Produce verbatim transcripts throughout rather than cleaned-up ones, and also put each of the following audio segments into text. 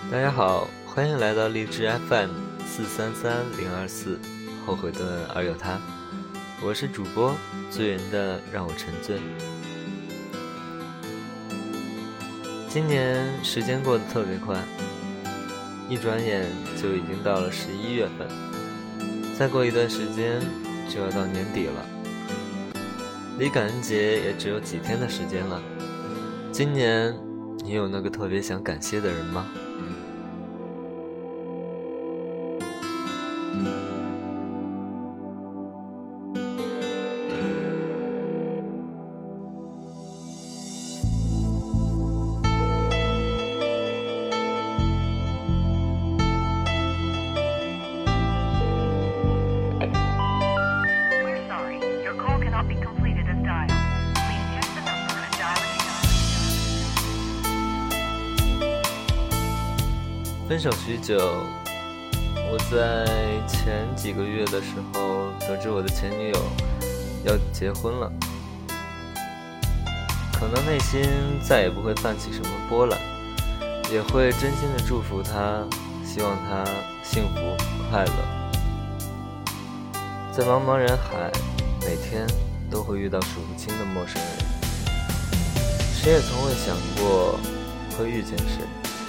大家好，欢迎来到荔枝 F M 四三三零二四，后悔顿而有他，我是主播醉人的让我沉醉。今年时间过得特别快，一转眼就已经到了十一月份，再过一段时间就要到年底了，离感恩节也只有几天的时间了。今年你有那个特别想感谢的人吗？分手许久，我在前几个月的时候得知我的前女友要结婚了，可能内心再也不会泛起什么波澜，也会真心的祝福她，希望她幸福快乐。在茫茫人海，每天都会遇到数不清的陌生人，谁也从未想过会遇见谁，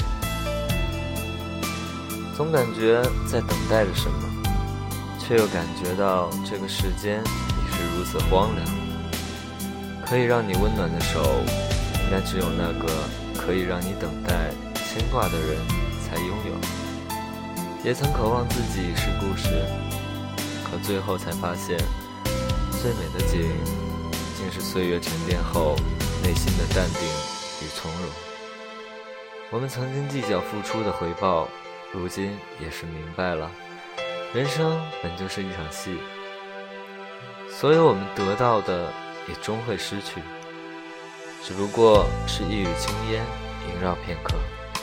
总感觉在等待着什么，却又感觉到这个世间已是如此荒凉。可以让你温暖的手，应该只有那个可以让你等待牵挂的人才拥有。也曾渴望自己是故事，可最后才发现，最美的结语竟是岁月沉淀后内心的淡定与从容。我们曾经计较付出的回报，如今也是明白了，人生本就是一场戏，所有我们得到的也终会失去，只不过是一缕青烟萦绕片刻。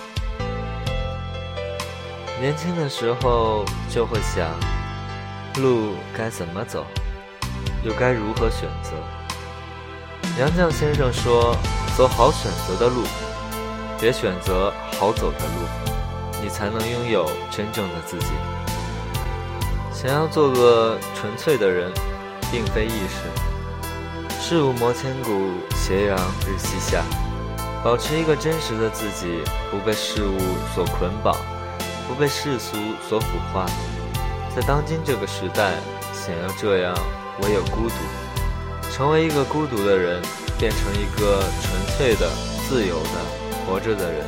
年轻的时候就会想，路该怎么走，又该如何选择。杨绛先生说，走好选择的路，别选择好走的路，你才能拥有真正的自己。想要做个纯粹的人，并非易事。事无磨千古，斜阳日西下。保持一个真实的自己，不被事物所捆绑，不被世俗所腐化。在当今这个时代，想要这样，唯有孤独。成为一个孤独的人，变成一个纯粹的、自由的、活着的人。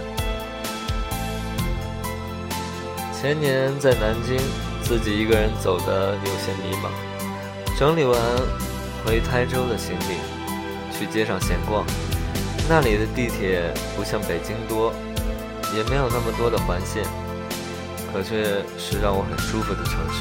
前年在南京，自己一个人走得有些迷茫，整理完回台州的行李，去街上闲逛。那里的地铁不像北京多，也没有那么多的环线，可却是让我很舒服的城市。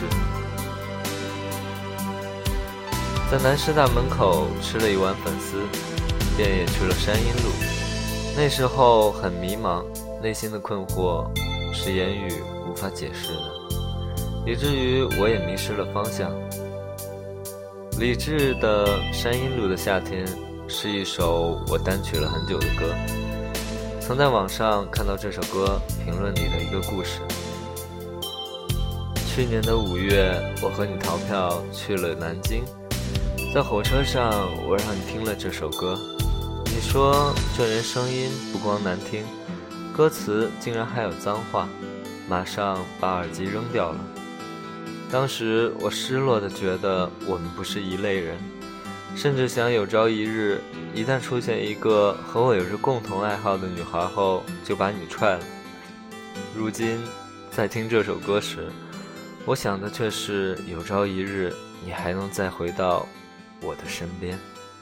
在南师大门口吃了一碗粉丝，便也去了山阴路。那时候很迷茫，内心的困惑是言语无法解释的，以至于我也迷失了方向。李志的《山阴路的夏天》是一首我单曲了很久的歌，曾在网上看到这首歌评论里的一个故事。去年的五月，我和你逃票去了南京，在火车上我让你听了这首歌，你说这人声音不光难听，歌词竟然还有脏话，马上把耳机扔掉了。当时我失落地觉得我们不是一类人，甚至想有朝一日，一旦出现一个和我有着共同爱好的女孩后，就把你踹了。如今在听这首歌时，我想的却是有朝一日你还能再回到我的身边。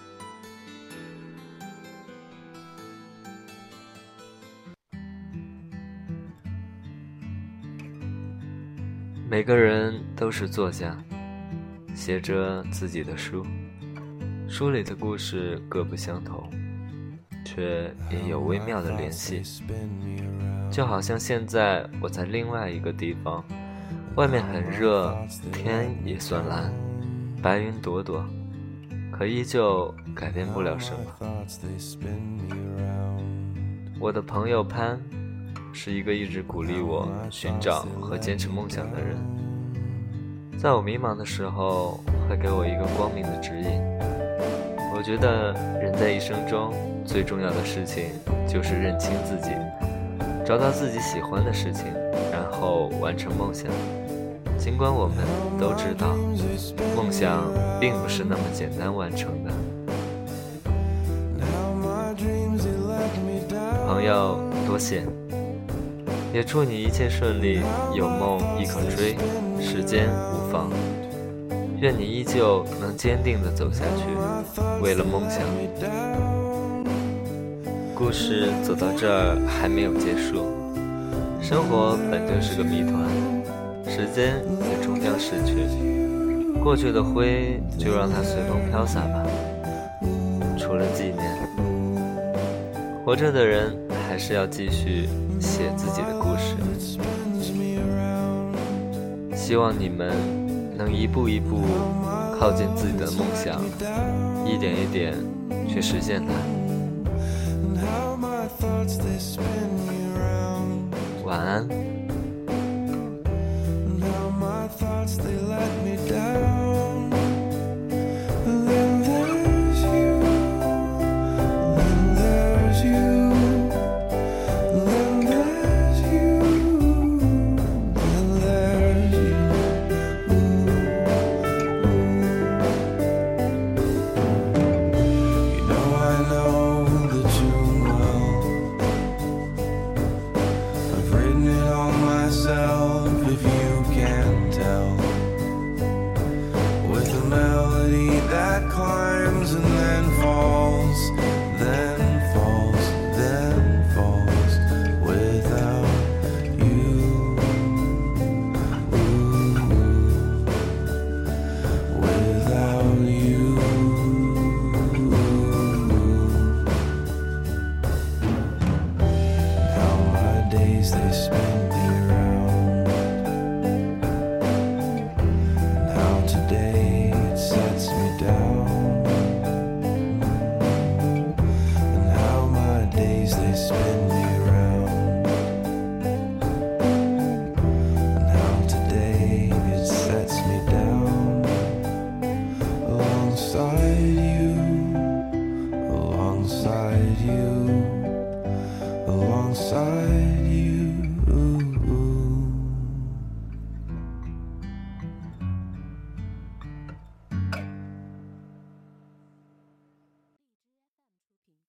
每个人都是作家，写着自己的书，书里的故事各不相同，却也有微妙的联系。就好像现在我在另外一个地方，外面很热，天也算蓝，白云朵朵，可依旧改变不了什么。我的朋友潘是一个一直鼓励我寻找和坚持梦想的人，在我迷茫的时候会给我一个光明的指引。我觉得人在一生中最重要的事情就是认清自己，找到自己喜欢的事情，然后完成梦想。尽管我们都知道梦想并不是那么简单完成的。朋友，多谢，也祝你一切顺利，有梦亦可追，时间无妨。愿你依旧能坚定地走下去，为了梦想。故事走到这儿还没有结束，生活本就是个谜团，时间也终将逝去，过去的灰就让它随风飘洒吧。除了纪念，活着的人还是要继续写自己的故事。希望你们能一步一步靠近自己的梦想，一点一点去实现它。晚安。 They spin me around, and how today it sets me down, and how my days they spin me around, and how today it sets me down, alongside you, alongside you, alongside you.